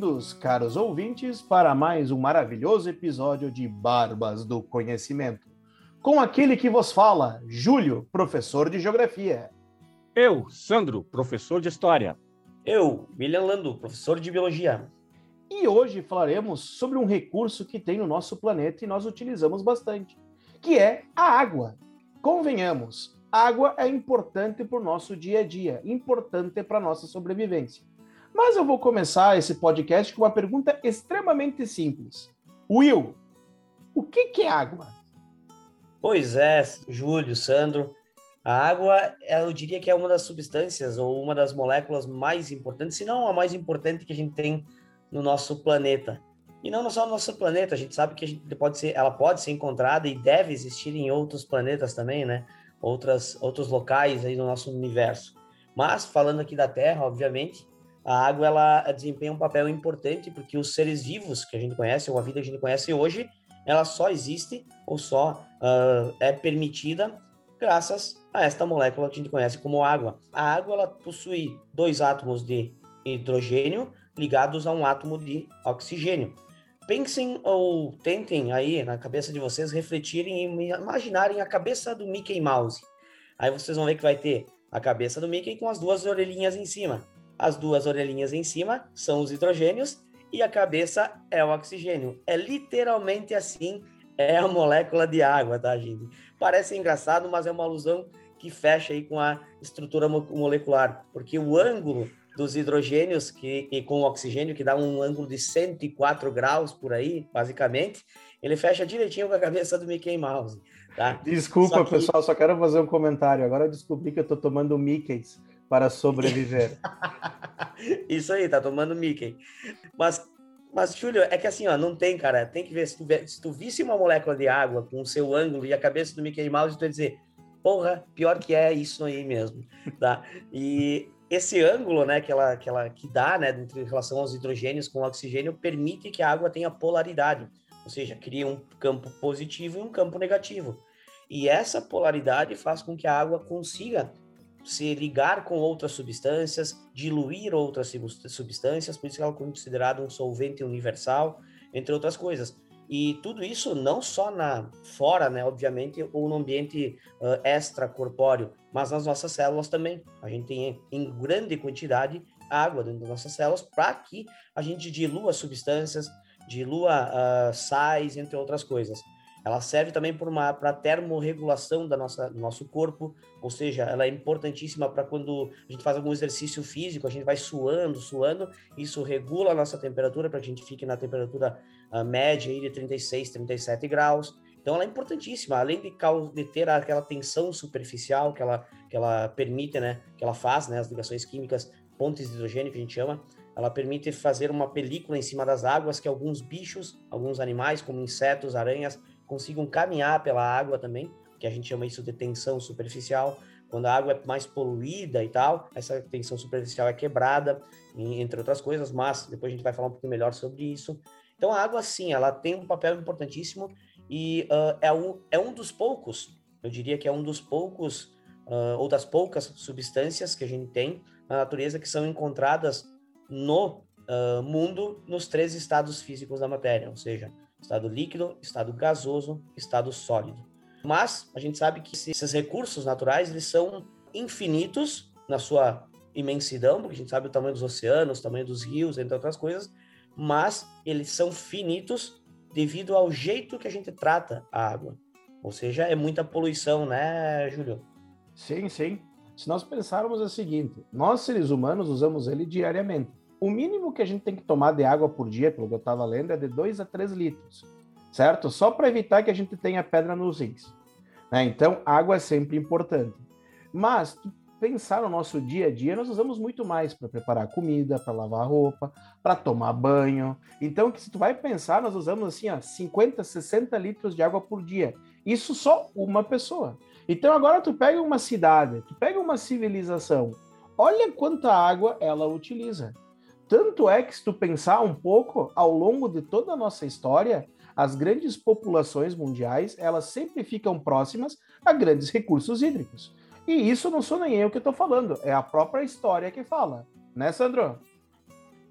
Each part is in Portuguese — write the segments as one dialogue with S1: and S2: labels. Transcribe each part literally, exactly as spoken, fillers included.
S1: Bem-vindos, caros ouvintes, para mais um maravilhoso episódio de Barbas do Conhecimento. Com aquele que vos fala, Júlio, professor de Geografia.
S2: Eu, Sandro, professor de História.
S3: Eu, William Lando, professor de Biologia.
S1: E hoje falaremos sobre um recurso que tem no nosso planeta e nós utilizamos bastante, que é a água. Convenhamos, água é importante para o nosso dia a dia, importante para a nossa sobrevivência. Mas eu vou começar esse podcast com uma pergunta extremamente simples. Will, o que que é água?
S3: Pois é, Júlio, Sandro, a água, eu diria que é uma das substâncias ou uma das moléculas mais importantes, se não a mais importante que a gente tem no nosso planeta. E não só no nosso planeta, a gente sabe que a gente pode ser, ela pode ser encontrada e deve existir em outros planetas também, né? Outras, outros locais aí no nosso universo. Mas, falando aqui da Terra, obviamente, a água ela desempenha um papel importante porque os seres vivos que a gente conhece, ou a vida que a gente conhece hoje, ela só existe ou só uh, é permitida graças a esta molécula que a gente conhece como água. A água ela possui dois átomos de hidrogênio ligados a um átomo de oxigênio. Pensem ou tentem aí na cabeça de vocês refletirem e imaginarem a cabeça do Mickey Mouse. Aí vocês vão ver que vai ter a cabeça do Mickey com as duas orelhinhas em cima. As duas orelhinhas em cima são os hidrogênios e a cabeça é o oxigênio. É literalmente assim, é a molécula de água, tá, gente? Parece engraçado, mas é uma alusão que fecha aí com a estrutura molecular, porque o ângulo dos hidrogênios que, e com o oxigênio, que dá um ângulo de cento e quatro graus por aí, basicamente, ele fecha direitinho com a cabeça do Mickey Mouse, tá?
S1: Desculpa,
S3: Só que...
S1: pessoal, só quero fazer um comentário. Agora eu descobri que eu tô tomando Mickeys para sobreviver.
S3: Isso aí, tá tomando Mickey. Mas, mas, Júlio, é que assim, ó, não tem, cara, tem que ver, se tu, se tu visse uma molécula de água com o seu ângulo e a cabeça do Mickey Mouse, tu ia dizer, porra, pior que é isso aí mesmo, tá? E esse ângulo, né, que ela, que ela que dá, né, em relação aos hidrogênios com o oxigênio, permite que a água tenha polaridade, ou seja, cria um campo positivo e um campo negativo. E essa polaridade faz com que a água consiga se ligar com outras substâncias, diluir outras substâncias, por isso que ela é considerada um solvente universal, entre outras coisas. E tudo isso não só na fora, né, obviamente, ou no ambiente uh, extracorpóreo, mas nas nossas células também. A gente tem em grande quantidade água dentro das nossas células para que a gente dilua substâncias, dilua uh, sais, entre outras coisas. Ela serve também para a termorregulação da nossa, do nosso corpo, ou seja, ela é importantíssima para quando a gente faz algum exercício físico, a gente vai suando, suando, isso regula a nossa temperatura para que a gente fique na temperatura uh, média aí de trinta e seis, trinta e sete graus. Então ela é importantíssima, além de, de ter aquela tensão superficial que ela, que ela permite, né, que ela faz, né, as ligações químicas, pontes de hidrogênio que a gente chama, ela permite fazer uma película em cima das águas que alguns bichos, alguns animais, como insetos, aranhas, consigam caminhar pela água também, que a gente chama isso de tensão superficial. Quando a água é mais poluída e tal, essa tensão superficial é quebrada, entre outras coisas, mas depois a gente vai falar um pouquinho melhor sobre isso. Então a água, sim, ela tem um papel importantíssimo e uh, é, um, é um dos poucos, eu diria que é um dos poucos, uh, ou das poucas substâncias que a gente tem na natureza que são encontradas no uh, mundo nos três estados físicos da matéria, ou seja, estado líquido, estado gasoso, estado sólido. Mas a gente sabe que esses recursos naturais eles são infinitos na sua imensidão, porque a gente sabe o tamanho dos oceanos, o tamanho dos rios, entre outras coisas, mas eles são finitos devido ao jeito que a gente trata a água. Ou seja, é muita poluição, né, Júlio?
S1: Sim, sim. Se nós pensarmos o seguinte, nós seres humanos usamos ele diariamente. O mínimo que a gente tem que tomar de água por dia, pelo que eu estava lendo, é de dois a três litros, certo? Só para evitar que a gente tenha pedra nos rins. Né? Então, água é sempre importante. Mas, pensar no nosso dia a dia, nós usamos muito mais para preparar comida, para lavar roupa, para tomar banho. Então, que se tu vai pensar, nós usamos assim, ó, cinquenta, sessenta litros de água por dia. Isso só uma pessoa. Então, agora tu pega uma cidade, tu pega uma civilização, olha quanta água ela utiliza. Tanto é que, se tu pensar um pouco, ao longo de toda a nossa história, as grandes populações mundiais, elas sempre ficam próximas a grandes recursos hídricos. E isso não sou nem eu que estou falando, é a própria história que fala. Né, Sandro?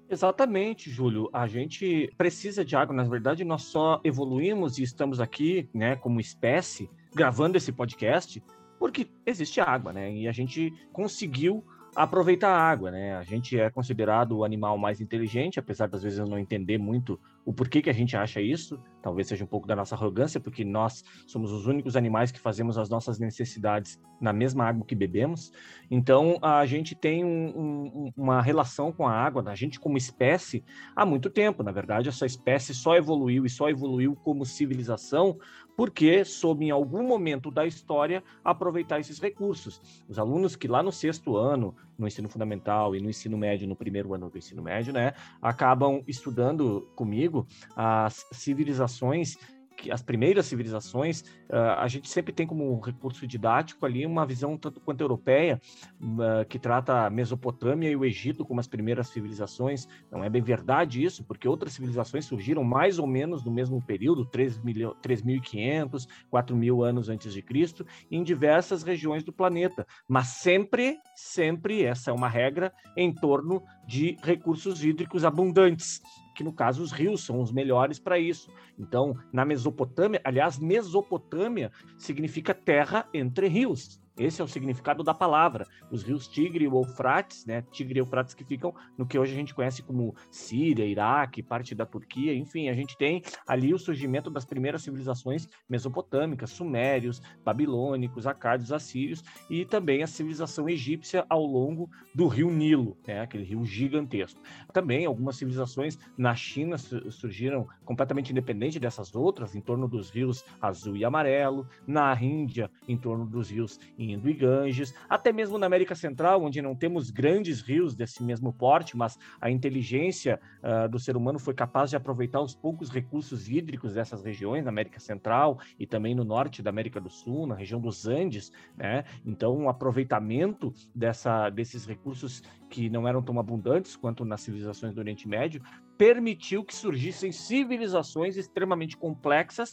S2: Exatamente, Júlio. A gente precisa de água. Na verdade, nós só evoluímos e estamos aqui, né, como espécie, gravando esse podcast, porque existe água, né? E a gente conseguiu aproveitar a água, né? A gente é considerado o animal mais inteligente, apesar das vezes eu não entender muito o porquê que a gente acha isso. Talvez seja um pouco da nossa arrogância, porque nós somos os únicos animais que fazemos as nossas necessidades na mesma água que bebemos. Então, a gente tem um, um, uma relação com a água, a gente como espécie, há muito tempo. Na verdade, essa espécie só evoluiu e só evoluiu como civilização porque soube em algum momento da história aproveitar esses recursos. Os alunos que lá no sexto ano, no ensino fundamental e no ensino médio, no primeiro ano do ensino médio, né, acabam estudando comigo as civilizações, as primeiras civilizações. Uh, a gente sempre tem como recurso didático ali uma visão tanto quanto europeia, uh, que trata a Mesopotâmia e o Egito como as primeiras civilizações. Não é bem verdade isso, porque outras civilizações surgiram mais ou menos no mesmo período, três mil e quinhentos, quatro mil anos antes de Cristo, em diversas regiões do planeta. Mas sempre, sempre, essa é uma regra, em torno de recursos hídricos abundantes, que no caso os rios são os melhores para isso. Então, na Mesopotâmia, aliás, Mesopotâmia significa terra entre rios. Esse é o significado da palavra. Os rios Tigre e Eufrates, né? Tigre e Eufrates que ficam no que hoje a gente conhece como Síria, Iraque, parte da Turquia, enfim, a gente tem ali o surgimento das primeiras civilizações mesopotâmicas, sumérios, babilônicos, acádios, assírios, e também a civilização egípcia ao longo do rio Nilo, né? Aquele rio gigantesco. Também algumas civilizações na China surgiram completamente independente dessas outras, em torno dos rios Azul e Amarelo, na Índia, em torno dos rios Indo e Ganges, até mesmo na América Central, onde não temos grandes rios desse mesmo porte, mas a inteligência uh, do ser humano foi capaz de aproveitar os poucos recursos hídricos dessas regiões, na América Central e também no norte da América do Sul, na região dos Andes, né? Então, o aproveitamento dessa, desses recursos que não eram tão abundantes quanto nas civilizações do Oriente Médio permitiu que surgissem civilizações extremamente complexas.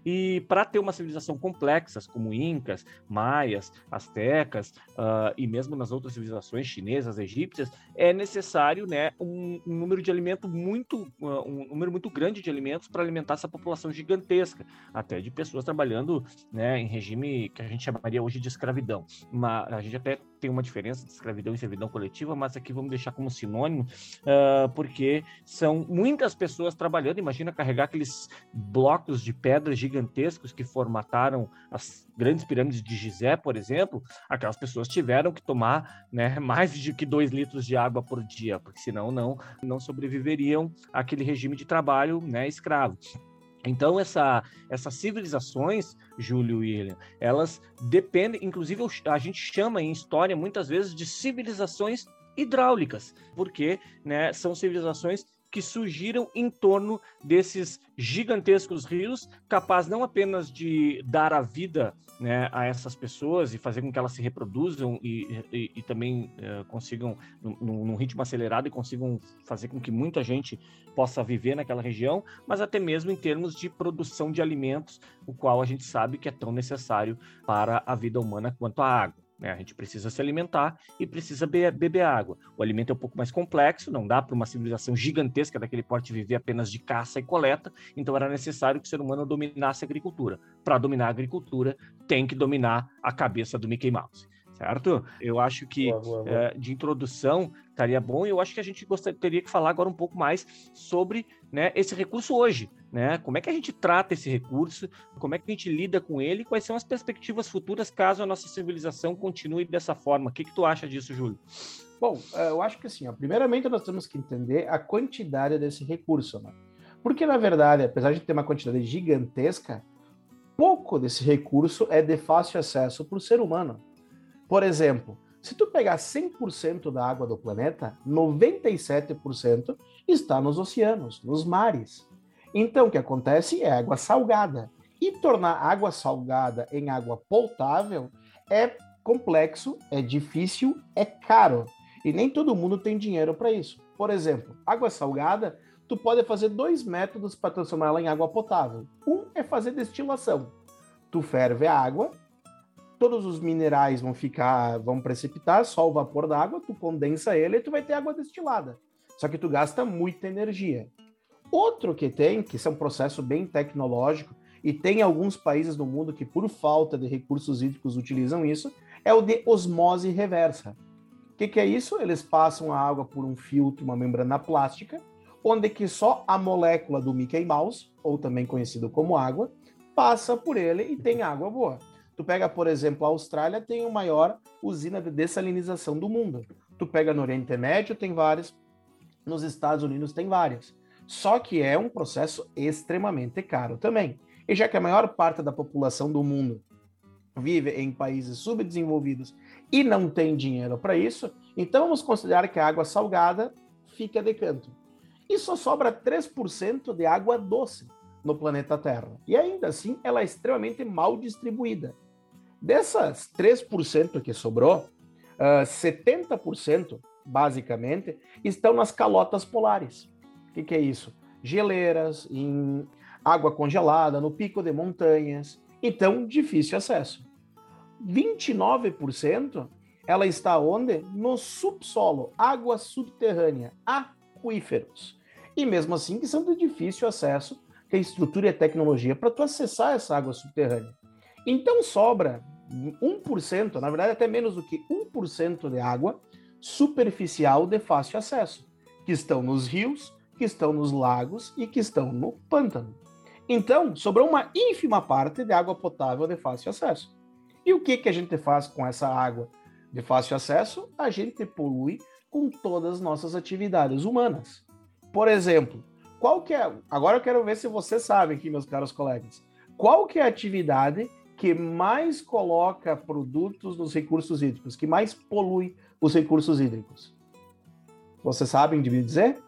S2: E para ter uma civilização complexa, como incas, maias, astecas, uh, e mesmo nas outras civilizações chinesas, egípcias, é necessário, né, um, um número de alimento muito, uh, um número muito grande de alimentos para alimentar essa população gigantesca, até de pessoas trabalhando, né, em regime que a gente chamaria hoje de escravidão. Uma, a gente até tem uma diferença de escravidão e servidão coletiva, mas aqui vamos deixar como sinônimo, uh, porque são muitas pessoas trabalhando. Imagina carregar aqueles blocos de pedras gigantescos que formataram as grandes pirâmides de Gizé, por exemplo. Aquelas pessoas tiveram que tomar, né, mais de que dois litros de água por dia, porque senão não, não sobreviveriam àquele regime de trabalho, né, escravo. Então, essa, essas civilizações, Júlio e William, elas dependem, inclusive a gente chama em história muitas vezes de civilizações hidráulicas, porque, né, são civilizações que surgiram em torno desses gigantescos rios, capaz não apenas de dar a vida, né, a essas pessoas e fazer com que elas se reproduzam e, e, e também uh, consigam, num, num ritmo acelerado, e consigam fazer com que muita gente possa viver naquela região, mas até mesmo em termos de produção de alimentos, o qual a gente sabe que é tão necessário para a vida humana quanto a água. A gente precisa se alimentar e precisa be- beber água. O alimento é um pouco mais complexo, não dá para uma civilização gigantesca daquele porte viver apenas de caça e coleta, então era necessário que o ser humano dominasse a agricultura. Para dominar a agricultura, tem que dominar a cabeça do Mickey Mouse, certo? Eu acho que boa, boa, boa. É, de introdução estaria bom, e eu acho que a gente gostaria, teria que falar agora um pouco mais sobre, né, esse recurso hoje, né? Como é que a gente trata esse recurso, como é que a gente lida com ele, quais são as perspectivas futuras caso a nossa civilização continue dessa forma. O que, que tu acha disso, Júlio?
S1: Bom, eu acho que assim, ó, primeiramente nós temos que entender a quantidade desse recurso, né? Porque, na verdade, apesar de ter uma quantidade gigantesca, pouco desse recurso é de fácil acesso para o ser humano. Por exemplo, se tu pegar cem por cento da água do planeta, noventa e sete por cento está nos oceanos, nos mares. Então, o que acontece é água salgada. E tornar água salgada em água potável é complexo, é difícil, é caro. E nem todo mundo tem dinheiro para isso. Por exemplo, água salgada, tu pode fazer dois métodos para transformá-la em água potável. Um é fazer destilação. Tu ferve a água, todos os minerais vão ficar, vão precipitar, só o vapor da água, tu condensa ele e tu vai ter água destilada. só que tu gasta muita energia. Outro que tem, que isso é um processo bem tecnológico, e tem alguns países do mundo que, por falta de recursos hídricos, utilizam isso, é o de osmose reversa. O que, que é isso? Eles passam a água por um filtro, uma membrana plástica, onde que só a molécula do Mickey Mouse, ou também conhecido como água, passa por ele e tem água boa. Tu pega, por exemplo, a Austrália, tem a maior usina de dessalinização do mundo. Tu pega no Oriente Médio, tem várias. Nos Estados Unidos, tem várias. Só que é um processo extremamente caro também. E já que a maior parte da população do mundo vive em países subdesenvolvidos e não tem dinheiro para isso, então vamos considerar que a água salgada fica de canto. E só sobra três por cento de água doce no planeta Terra. E ainda assim, ela é extremamente mal distribuída. Dessas três por cento que sobrou, uh, setenta por cento, basicamente, estão nas calotas polares. O que, que é isso? Geleiras, em água congelada, no pico de montanhas. Então, difícil acesso. vinte e nove por cento ela está onde? No subsolo, água subterrânea, aquíferos. E mesmo assim, que são de difícil acesso, que a estrutura e a tecnologia para tu acessar essa água subterrânea. Então sobra um por cento, na verdade até menos do que um por cento de água superficial de fácil acesso, que estão nos rios, que estão nos lagos e que estão no pântano. Então, sobrou uma ínfima parte de água potável de fácil acesso. E o que, que a gente faz com essa água de fácil acesso? A gente polui com todas as nossas atividades humanas. Por exemplo, qual que é... Agora eu quero ver se vocês sabem aqui, meus caros colegas. Qual que é a atividade que mais coloca produtos nos recursos hídricos, que mais polui os recursos hídricos? Vocês sabem de me dizer?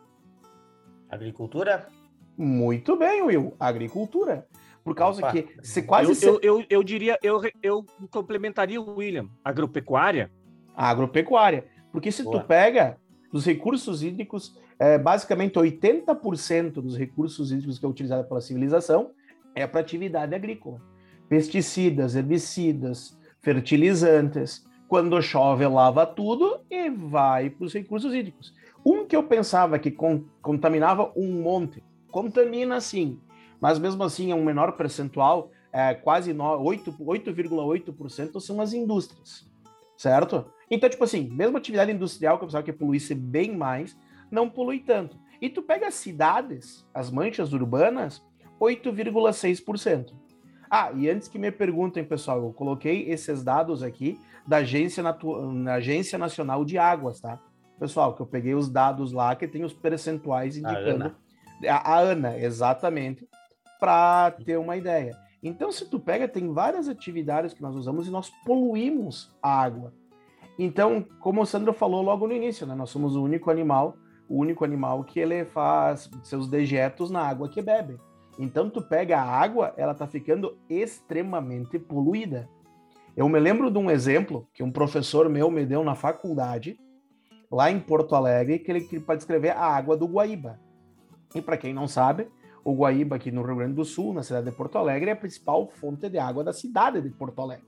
S3: Agricultura?
S1: Muito bem, Will. Agricultura. Por causa Opa. que se quase...
S2: Eu, eu, eu, eu diria, eu, eu complementaria o William. Agropecuária?
S1: Agropecuária. Porque se Boa. tu pega dos recursos hídricos, é, basicamente oitenta por cento dos recursos hídricos que é utilizado pela civilização é para atividade agrícola. Pesticidas, herbicidas, fertilizantes. Quando chove, lava tudo e vai para os recursos hídricos. Um que eu pensava que con- contaminava um monte, contamina sim, mas mesmo assim é um menor percentual, é, quase oito vírgula oito por cento são as indústrias, certo? Então, tipo assim, mesmo atividade industrial, que eu pensava que poluísse bem mais, não polui tanto. E tu pega as cidades, as manchas urbanas, oito vírgula seis por cento. Ah, e antes que me perguntem, pessoal, eu coloquei esses dados aqui da Agência, Natu- na Agência Nacional de Águas, tá? Pessoal, que eu peguei os dados lá, que tem os percentuais indicando... A, a ANA, exatamente, para ter uma ideia. Então, se tu pega, tem várias atividades que nós usamos e nós poluímos a água. Então, como o Sandro falou logo no início, né? Nós somos o único animal, o único animal que ele faz seus dejetos na água que bebe. Então, tu pega a água, ela tá ficando extremamente poluída. Eu me lembro de um exemplo que um professor meu me deu na faculdade, lá em Porto Alegre, que ele para descrever a água do Guaíba. E para quem não sabe, o Guaíba aqui no Rio Grande do Sul, na cidade de Porto Alegre, é a principal fonte de água da cidade de Porto Alegre.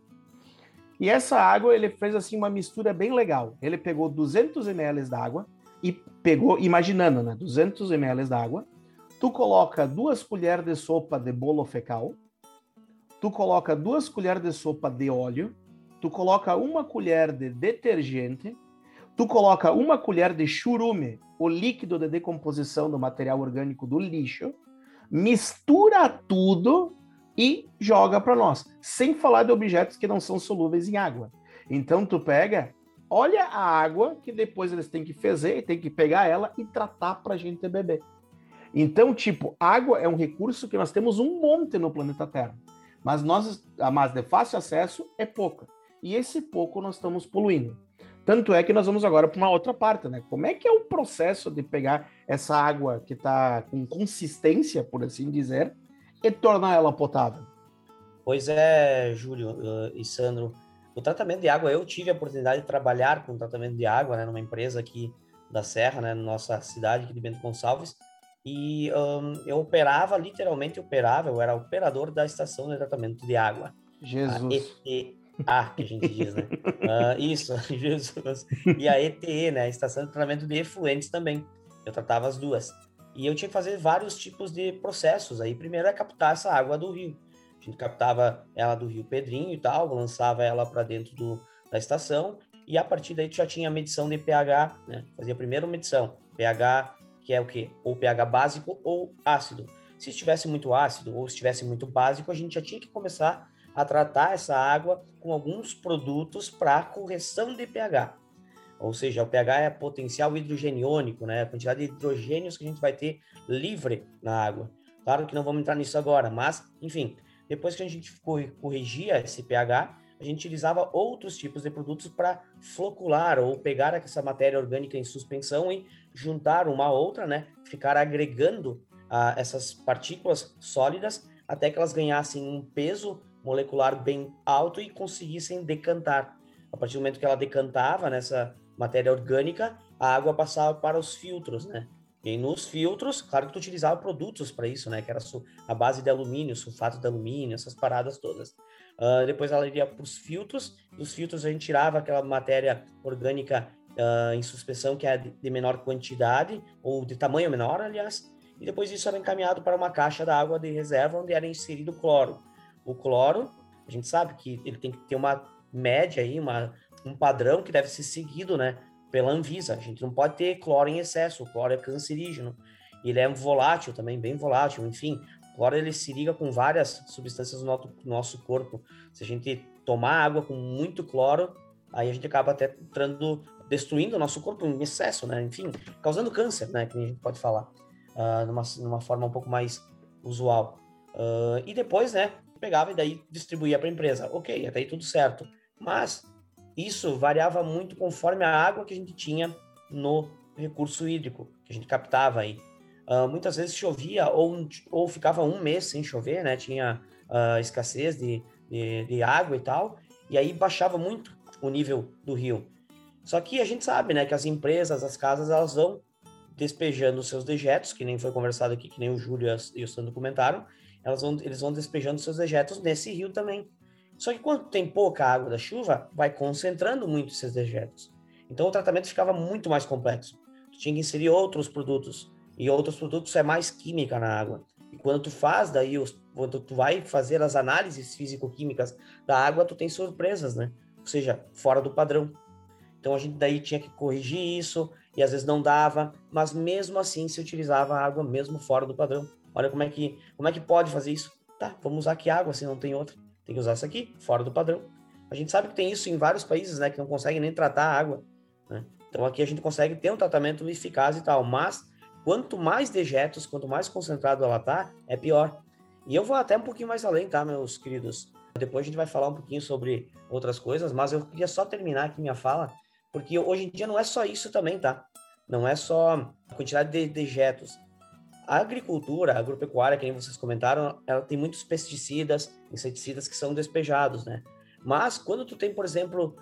S1: E essa água, ele fez assim uma mistura bem legal. Ele pegou duzentos mililitros d'água e pegou, imaginando, né, duzentos mililitros d'água, tu coloca duas colheres de sopa de bolo fecal, tu coloca duas colheres de sopa de óleo, tu coloca uma colher de detergente, tu coloca uma colher de churume, o líquido de decomposição do material orgânico do lixo, mistura tudo e joga para nós, sem falar de objetos que não são solúveis em água. Então tu pega, olha a água que depois eles têm que fazer, tem que pegar ela e tratar para a gente beber. Então, tipo, água é um recurso que nós temos um monte no planeta Terra, mas nós, a mais de fácil acesso é pouca. E esse pouco nós estamos poluindo. Tanto é que nós vamos agora para uma outra parte, né? Como é que é o processo de pegar essa água que está com consistência, por assim dizer, e tornar ela potável?
S3: Pois é, Júlio uh, e Sandro, o tratamento de água, eu tive a oportunidade de trabalhar com tratamento de água, né, numa empresa aqui da Serra, né, na nossa cidade aqui de Bento Gonçalves, e um, eu operava, literalmente operava, eu era operador da estação de tratamento de água.
S1: Jesus.
S3: A E T A, que a gente diz, né? Uh, isso, Jesus. E a E T E, né? A Estação de Tratamento de Efluentes também. Eu tratava as duas. E eu tinha que fazer vários tipos de processos. Aí, primeiro é captar essa água do rio. A gente captava ela do Rio Pedrinho e tal, lançava ela para dentro do, da estação, e a partir daí tu já tinha a medição de pH, né? Fazia a primeira medição, pH, que é o quê? Ou pH básico ou ácido. Se estivesse muito ácido ou estivesse muito básico, a gente já tinha que começar a tratar essa água com alguns produtos para correção de pH. Ou seja, o pH é potencial hidrogeniônico, né? A quantidade de hidrogênios que a gente vai ter livre na água. Claro que não vamos entrar nisso agora, mas, enfim, depois que a gente corrigia esse pH, a gente utilizava outros tipos de produtos para flocular ou pegar essa matéria orgânica em suspensão e juntar uma a outra, né? Ficar agregando uh, essas partículas sólidas até que elas ganhassem um peso molecular bem alto e conseguissem decantar. A partir do momento que ela decantava nessa matéria orgânica, a água passava para os filtros, né? E aí, nos filtros, claro que tu utilizava produtos para isso, né? Que era a base de alumínio, sulfato de alumínio, essas paradas todas. Uh, depois ela iria para os filtros. Dos filtros a gente tirava aquela matéria orgânica uh, em suspensão que é de menor quantidade, ou de tamanho menor, aliás. E depois isso era encaminhado para uma caixa da água de reserva, onde era inserido o cloro. O cloro, a gente sabe que ele tem que ter uma média aí, uma, um padrão que deve ser seguido, né? Pela Anvisa. A gente não pode ter cloro em excesso, o cloro é cancerígeno, ele é volátil também, bem volátil, enfim, o cloro ele se liga com várias substâncias no nosso, no nosso corpo. Se a gente tomar água com muito cloro, aí a gente acaba até entrando, destruindo o nosso corpo em excesso, né, enfim, causando câncer, né, que a gente pode falar, uh, numa, numa forma um pouco mais usual. Uh, e depois, né, pegava e daí distribuía para a empresa. Ok, até aí tudo certo, mas isso variava muito conforme a água que a gente tinha no recurso hídrico, que a gente captava aí. Uh, muitas vezes chovia ou, ou ficava um mês sem chover, né? Tinha uh, escassez de, de, de água e tal, e aí baixava muito o nível do rio. Só que a gente sabe, né, que as empresas, as casas, elas vão despejando os seus dejetos, que nem foi conversado aqui, que nem o Júlio e o Sandro comentaram, elas vão, eles vão despejando seus dejetos nesse rio também. Só que quando tem pouca água da chuva, vai concentrando muito esses dejetos. Então o tratamento ficava muito mais complexo. Tu tinha que inserir outros produtos. E outros produtos é mais química na água. E quando tu faz daí, os, quando tu vai fazer as análises físico-químicas da água, tu tem surpresas, né? Ou seja, fora do padrão. Então a gente daí tinha que corrigir isso, e às vezes não dava, mas mesmo assim se utilizava a água mesmo fora do padrão. Olha como é que, como é que pode fazer isso. Tá, vamos usar aqui água, se não tem outra. Tem que usar essa aqui, fora do padrão. A gente sabe que tem isso em vários países, né, que não conseguem nem tratar a água, né? Então aqui a gente consegue ter um tratamento eficaz e tal, mas quanto mais dejetos, quanto mais concentrado ela tá, é pior. E eu vou até um pouquinho mais além, tá, meus queridos? Depois a gente vai falar um pouquinho sobre outras coisas, mas eu queria só terminar aqui minha fala, porque hoje em dia não é só isso também, tá? Não é só a quantidade de dejetos. A agricultura, a agropecuária, que nem vocês comentaram, ela tem muitos pesticidas, inseticidas que são despejados, né? Mas quando tu tem, por exemplo,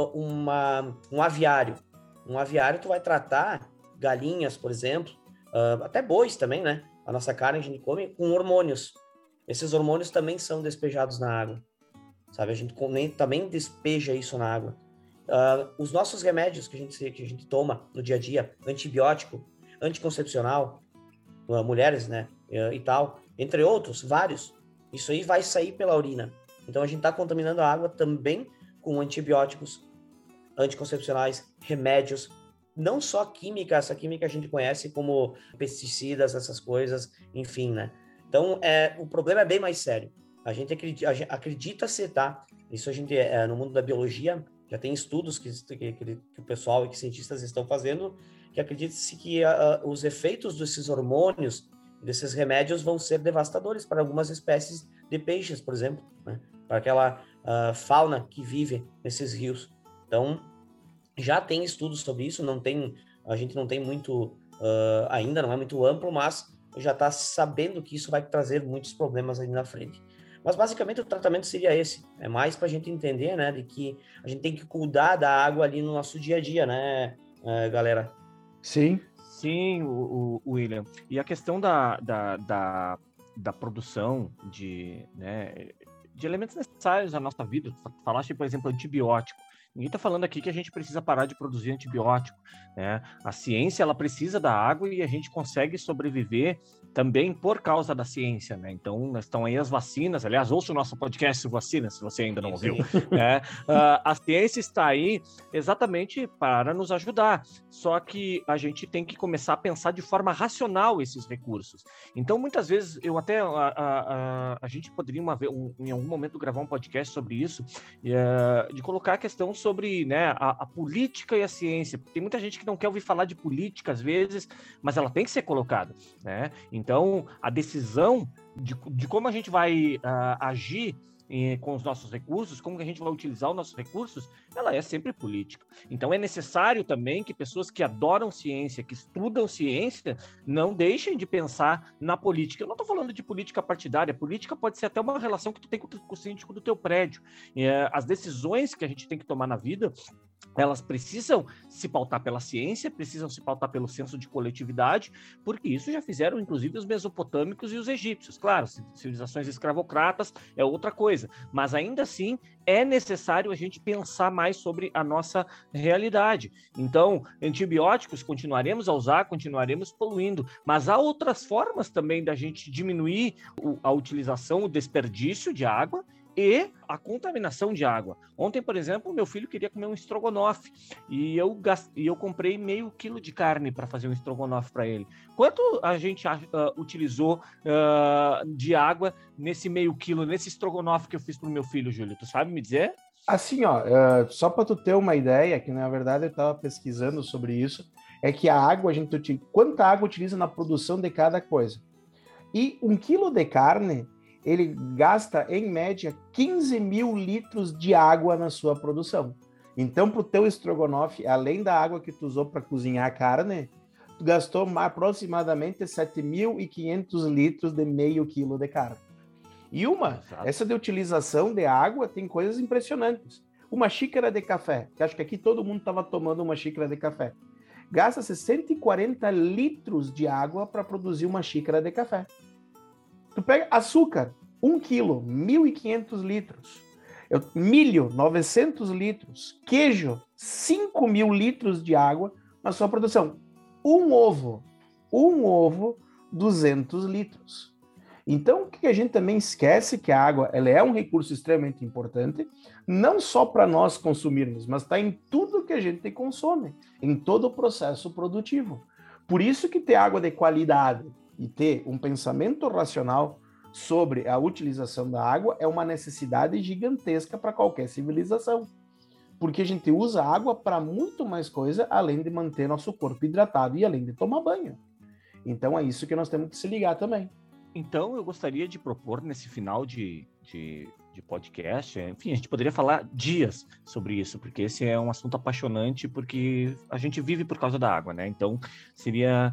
S3: uma, um aviário, um aviário tu vai tratar galinhas, por exemplo, até bois também, né? A nossa carne a gente come com hormônios. Esses hormônios também são despejados na água, sabe? A gente também despeja isso na água. Os nossos remédios que a gente, que a gente toma no dia a dia, antibiótico, anticoncepcional, mulheres, né, e tal, entre outros, vários, isso aí vai sair pela urina. Então a gente está contaminando a água também com antibióticos, anticoncepcionais, remédios, não só química, essa química a gente conhece como pesticidas, essas coisas, enfim, né. Então é, o problema é bem mais sério. A gente acredita, acredita ser, tá? Isso a gente, é, no mundo da biologia, já tem estudos que, que, que o pessoal e que cientistas estão fazendo, que acredita-se que uh, os efeitos desses hormônios, desses remédios, vão ser devastadores para algumas espécies de peixes, por exemplo, né? Para aquela uh, fauna que vive nesses rios. Então, já tem estudos sobre isso, não tem, a gente não tem muito, uh, ainda não é muito amplo, mas já está sabendo que isso vai trazer muitos problemas aí na frente. Mas, basicamente, o tratamento seria esse. É mais para a gente entender, né, de que a gente tem que cuidar da água ali no nosso dia a dia, né, uh, galera?
S1: Sim.
S2: Sim, o, o William. E a questão da, da, da, da produção de, né, de elementos necessários à nossa vida. Falaste, por exemplo, antibiótico. Ninguém está falando aqui que a gente precisa parar de produzir antibiótico, né? A ciência, ela precisa da água e a gente consegue sobreviver também por causa da ciência, né? Então, estão aí as vacinas. Aliás, ouça o nosso podcast sobre vacinas, se você ainda não ouviu. Né? Uh, a ciência está aí exatamente para nos ajudar. Só que a gente tem que começar a pensar de forma racional esses recursos. Então, muitas vezes, eu até... A, a, a, a gente poderia, uma vez, um, em algum momento, gravar um podcast sobre isso, uh, de colocar a questão sobre, né, a, a política e a ciência. Tem muita gente que não quer ouvir falar de política, às vezes, mas ela tem que ser colocada, né? Então, a decisão de, de como a gente vai uh, agir eh, com os nossos recursos, como que a gente vai utilizar os nossos recursos, ela é sempre política. Então, é necessário também que pessoas que adoram ciência, que estudam ciência, não deixem de pensar na política. Eu não estou falando de política partidária. Política pode ser até uma relação que tu tem com o síndico do teu prédio. Eh, as decisões que a gente tem que tomar na vida, elas precisam se pautar pela ciência, precisam se pautar pelo senso de coletividade, porque isso já fizeram, inclusive, os mesopotâmicos e os egípcios. Claro, civilizações escravocratas é outra coisa, mas ainda assim é necessário a gente pensar mais sobre a nossa realidade. Então, antibióticos continuaremos a usar, continuaremos poluindo, mas há outras formas também da gente diminuir a utilização, o desperdício de água e a contaminação de água. Ontem, por exemplo, meu filho queria comer um estrogonofe e eu, gast... e eu comprei meio quilo de carne para fazer um estrogonofe para ele. Quanto a gente uh, utilizou uh, de água nesse meio quilo, nesse estrogonofe que eu fiz para o meu filho, Júlio? Tu sabe me dizer?
S1: Assim, ó, uh, só para tu ter uma ideia, que na verdade eu estava pesquisando sobre isso, é que a água, a gente utiliza... quanta água utiliza na produção de cada coisa. E um quilo de carne, ele gasta, em média, quinze mil litros de água na sua produção. Então, para o teu estrogonofe, além da água que tu usou para cozinhar a carne, tu gastou aproximadamente sete mil e quinhentos litros de meio quilo de carne. E uma, Exato. Essa de utilização de água tem coisas impressionantes. Uma xícara de café, que acho que aqui todo mundo estava tomando uma xícara de café. Gasta-se cento e quarenta litros de água para produzir uma xícara de café. Tu pega açúcar, um quilo, mil e quinhentos litros. Eu, milho, novecentos litros. Queijo, cinco mil litros de água na sua produção. Um ovo, um ovo, duzentos litros. Então, o que a gente também esquece que a água ela é um recurso extremamente importante, não só para nós consumirmos, mas está em tudo que a gente consome, em todo o processo produtivo. Por isso que ter água de qualidade e ter um pensamento racional sobre a utilização da água é uma necessidade gigantesca para qualquer civilização. Porque a gente usa água para muito mais coisa, além de manter nosso corpo hidratado e além de tomar banho. Então é isso que nós temos que se ligar também.
S2: Então eu gostaria de propor nesse final de, de, de podcast, enfim, a gente poderia falar dias sobre isso, porque esse é um assunto apaixonante, porque a gente vive por causa da água, né? Então seria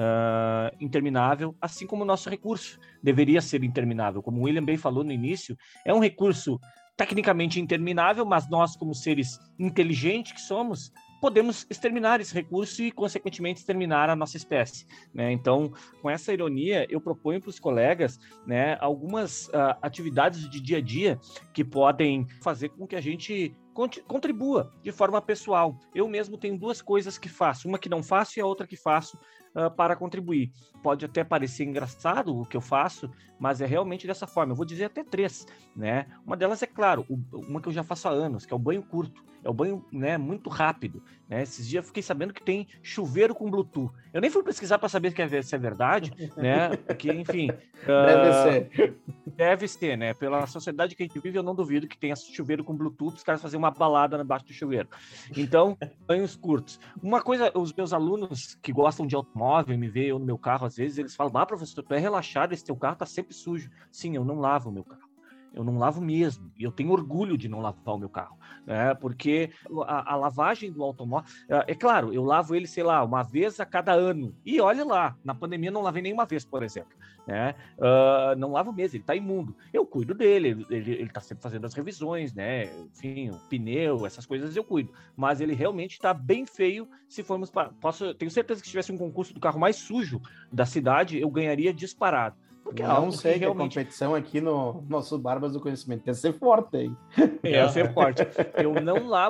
S2: uh, interminável, assim como o nosso recurso deveria ser interminável. Como o William bem falou no início, é um recurso tecnicamente interminável, mas nós, como seres inteligentes que somos, podemos exterminar esse recurso e, consequentemente, exterminar a nossa espécie, né? Então, com essa ironia, eu proponho para os colegas, né, algumas uh, atividades de dia a dia que podem fazer com que a gente contribua de forma pessoal. Eu mesmo tenho duas coisas que faço, uma que não faço e a outra que faço uh, para contribuir. Pode até parecer engraçado o que eu faço, mas é realmente dessa forma. Eu vou dizer até três, né? Uma delas é, claro, o, uma que eu já faço há anos, que é o banho curto. É o banho, né, muito rápido, né? Esses dias eu fiquei sabendo que tem chuveiro com Bluetooth. Eu nem fui pesquisar para saber se é verdade, né? Porque, enfim...
S1: Deve uh,
S2: ser. Deve ser, né? Pela sociedade que a gente vive, eu não duvido que tenha chuveiro com Bluetooth, os caras fazem uma balada embaixo do chuveiro. Então, banhos curtos. Uma coisa, os meus alunos que gostam de automóvel, me veem eu no meu carro, às vezes, eles falam, ah, professor, tu é relaxado, esse teu carro tá sempre sujo. Sim, eu não lavo o meu carro. Eu não lavo mesmo, e eu tenho orgulho de não lavar o meu carro, né? Porque a, a lavagem do automóvel, é claro, eu lavo ele, sei lá, uma vez a cada ano, e olha lá, na pandemia não lavei nenhuma vez, por exemplo, né? Uh, não lavo mesmo, ele tá imundo, eu cuido dele, ele, ele, ele tá sempre fazendo as revisões, né? Enfim, o pneu, essas coisas eu cuido, mas ele realmente tá bem feio. Se formos para, posso, tenho certeza que se tivesse um concurso do carro mais sujo da cidade, eu ganharia disparado.
S1: Porque não é sei que, realmente... que a competição aqui no nosso Barbas do Conhecimento ia ser forte, hein?
S2: Ia ser forte. Eu não lavo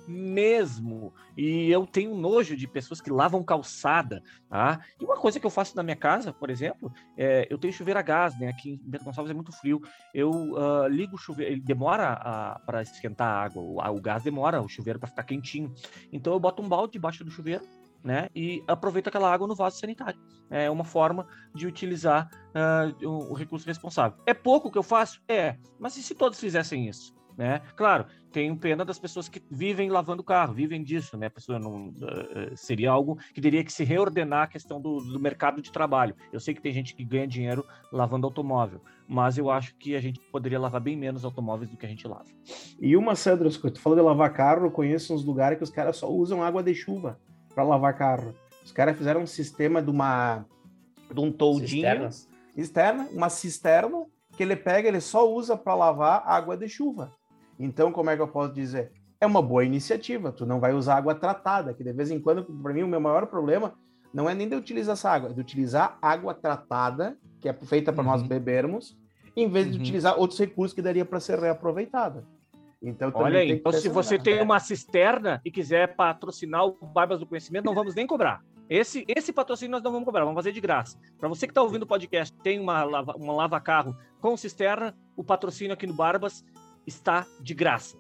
S2: mesmo. E eu tenho nojo de pessoas que lavam calçada, tá? E uma coisa que eu faço na minha casa, por exemplo, é, eu tenho chuveiro a gás, né? Aqui em Bento Gonçalves é muito frio. Eu uh, ligo o chuveiro, ele demora para esquentar a água, o, a, o gás demora, o chuveiro para ficar quentinho. Então eu boto um balde debaixo do chuveiro, né? E aproveito aquela água no vaso sanitário. É uma forma de utilizar uh, o, o recurso responsável. É pouco que eu faço? É. Mas e se todos fizessem isso? Né? Claro, tenho pena das pessoas que vivem lavando carro, vivem disso, né? A pessoa não, uh, seria algo que teria que se reordenar a questão do, do mercado de trabalho. Eu sei que tem gente que ganha dinheiro lavando automóvel, mas eu acho que a gente poderia lavar bem menos automóveis do que a gente lava.
S1: E uma, Sandro, tu falou de lavar carro, eu conheço uns lugares que os caras só usam água de chuva para lavar carro. Os caras fizeram um sistema de uma de um toldinho
S3: Cisternas.
S1: externa, uma cisterna que ele pega, ele só usa para lavar água de chuva. Então, como é que eu posso dizer? É uma boa iniciativa, tu não vai usar água tratada, que de vez em quando, para mim, o meu maior problema não é nem de utilizar essa água, é de utilizar água tratada, que é feita para uhum. nós bebermos, em vez de uhum. utilizar outros recursos que daria para ser reaproveitada. Então,
S2: olha aí, então se você tem uma cisterna e quiser patrocinar o Barbas do Conhecimento, não vamos nem cobrar. Esse, esse patrocínio nós não vamos cobrar, vamos fazer de graça. Para você que está ouvindo o podcast, tem uma lava, uma lava-carro com cisterna, o patrocínio aqui no Barbas está de graça.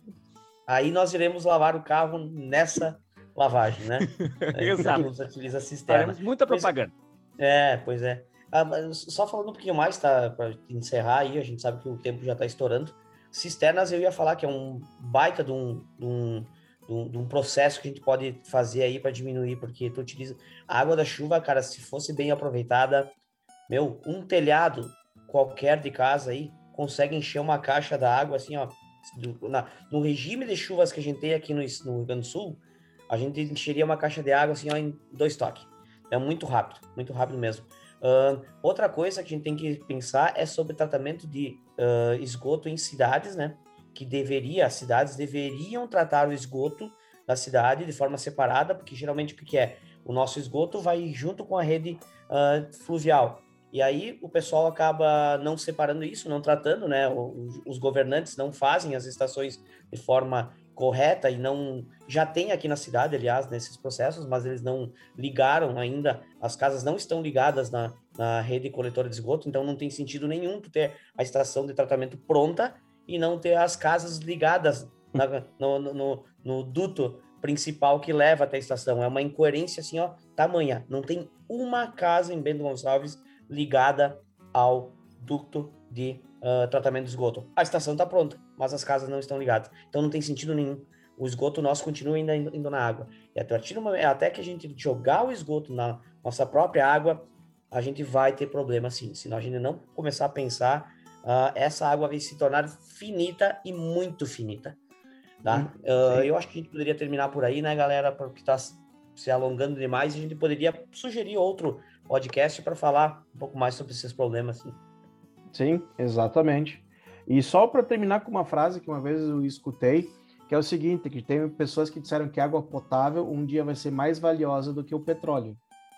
S3: Aí nós iremos lavar o carro nessa lavagem, né?
S2: Exato.
S3: A gente utiliza a cisterna.
S2: Faremos muita propaganda.
S3: Pois é, pois é. Ah, só falando um pouquinho mais, tá? Para encerrar aí, a gente sabe que o tempo já está estourando. Cisternas, eu ia falar que é um baita de um, de um, de um, de um processo que a gente pode fazer aí para diminuir, porque tu utiliza a água da chuva, cara, se fosse bem aproveitada, meu, um telhado qualquer de casa aí consegue encher uma caixa da água, assim, ó, do, na, no regime de chuvas que a gente tem aqui no, no Rio Grande do Sul, a gente encheria uma caixa de água, assim, ó, em dois toques. É muito rápido, muito rápido mesmo. Uh, outra coisa que a gente tem que pensar é sobre tratamento de uh, esgoto em cidades, né? Que deveria, as cidades deveriam tratar o esgoto da cidade de forma separada, porque geralmente o que é? O nosso esgoto vai junto com a rede uh, fluvial. E aí o pessoal acaba não separando isso, não tratando, né? Os, os governantes não fazem as estações de forma correta e não... Já tem aqui na cidade, aliás, nesses processos, mas eles não ligaram ainda, as casas não estão ligadas na, na rede coletora de esgoto, então não tem sentido nenhum tu ter a estação de tratamento pronta e não ter as casas ligadas na, no, no, no, no duto principal que leva até a estação. É uma incoerência, assim, ó, tamanha. Não tem uma casa em Bento Gonçalves ligada ao duto de uh, tratamento de esgoto. A estação está pronta, mas as casas não estão ligadas. Então não tem sentido nenhum. O esgoto nosso continua ainda indo, indo na água. E até, até que a gente jogar o esgoto na nossa própria água, a gente vai ter problema sim. Se a gente não começar a pensar, uh, essa água vai se tornar finita e muito finita. Tá? Uh, eu acho que a gente poderia terminar por aí, né, galera? Porque está se alongando demais. A gente poderia sugerir outro podcast para falar um pouco mais sobre esses problemas. Assim.
S1: Sim, exatamente. E só para terminar com uma frase que uma vez eu escutei, que é o seguinte, que tem pessoas que disseram que água potável um dia vai ser mais valiosa do que o petróleo.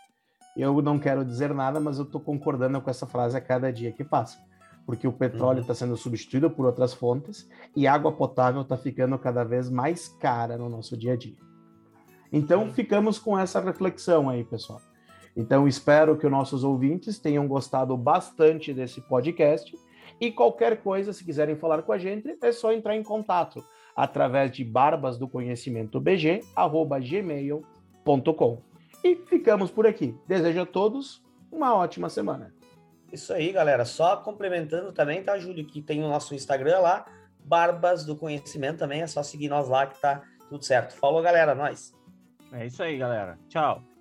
S1: Eu não quero dizer nada, mas eu estou concordando com essa frase a cada dia que passa. Porque o petróleo está uhum. sendo substituído por outras fontes e água potável está ficando cada vez mais cara no nosso dia a dia. Então, uhum. ficamos com essa reflexão aí, pessoal. Então, espero que os nossos ouvintes tenham gostado bastante desse podcast e qualquer coisa, se quiserem falar com a gente, é só entrar em contato através de barbas do conhecimento b g arroba gmail ponto com. E ficamos por aqui. Desejo a todos uma ótima semana.
S3: Isso aí, galera. Só complementando também, tá, Júlio, que tem o nosso Instagram lá, Barbas do Conhecimento também, é só seguir nós lá que tá tudo certo. Falou, galera, nós.
S2: É isso aí, galera. Tchau.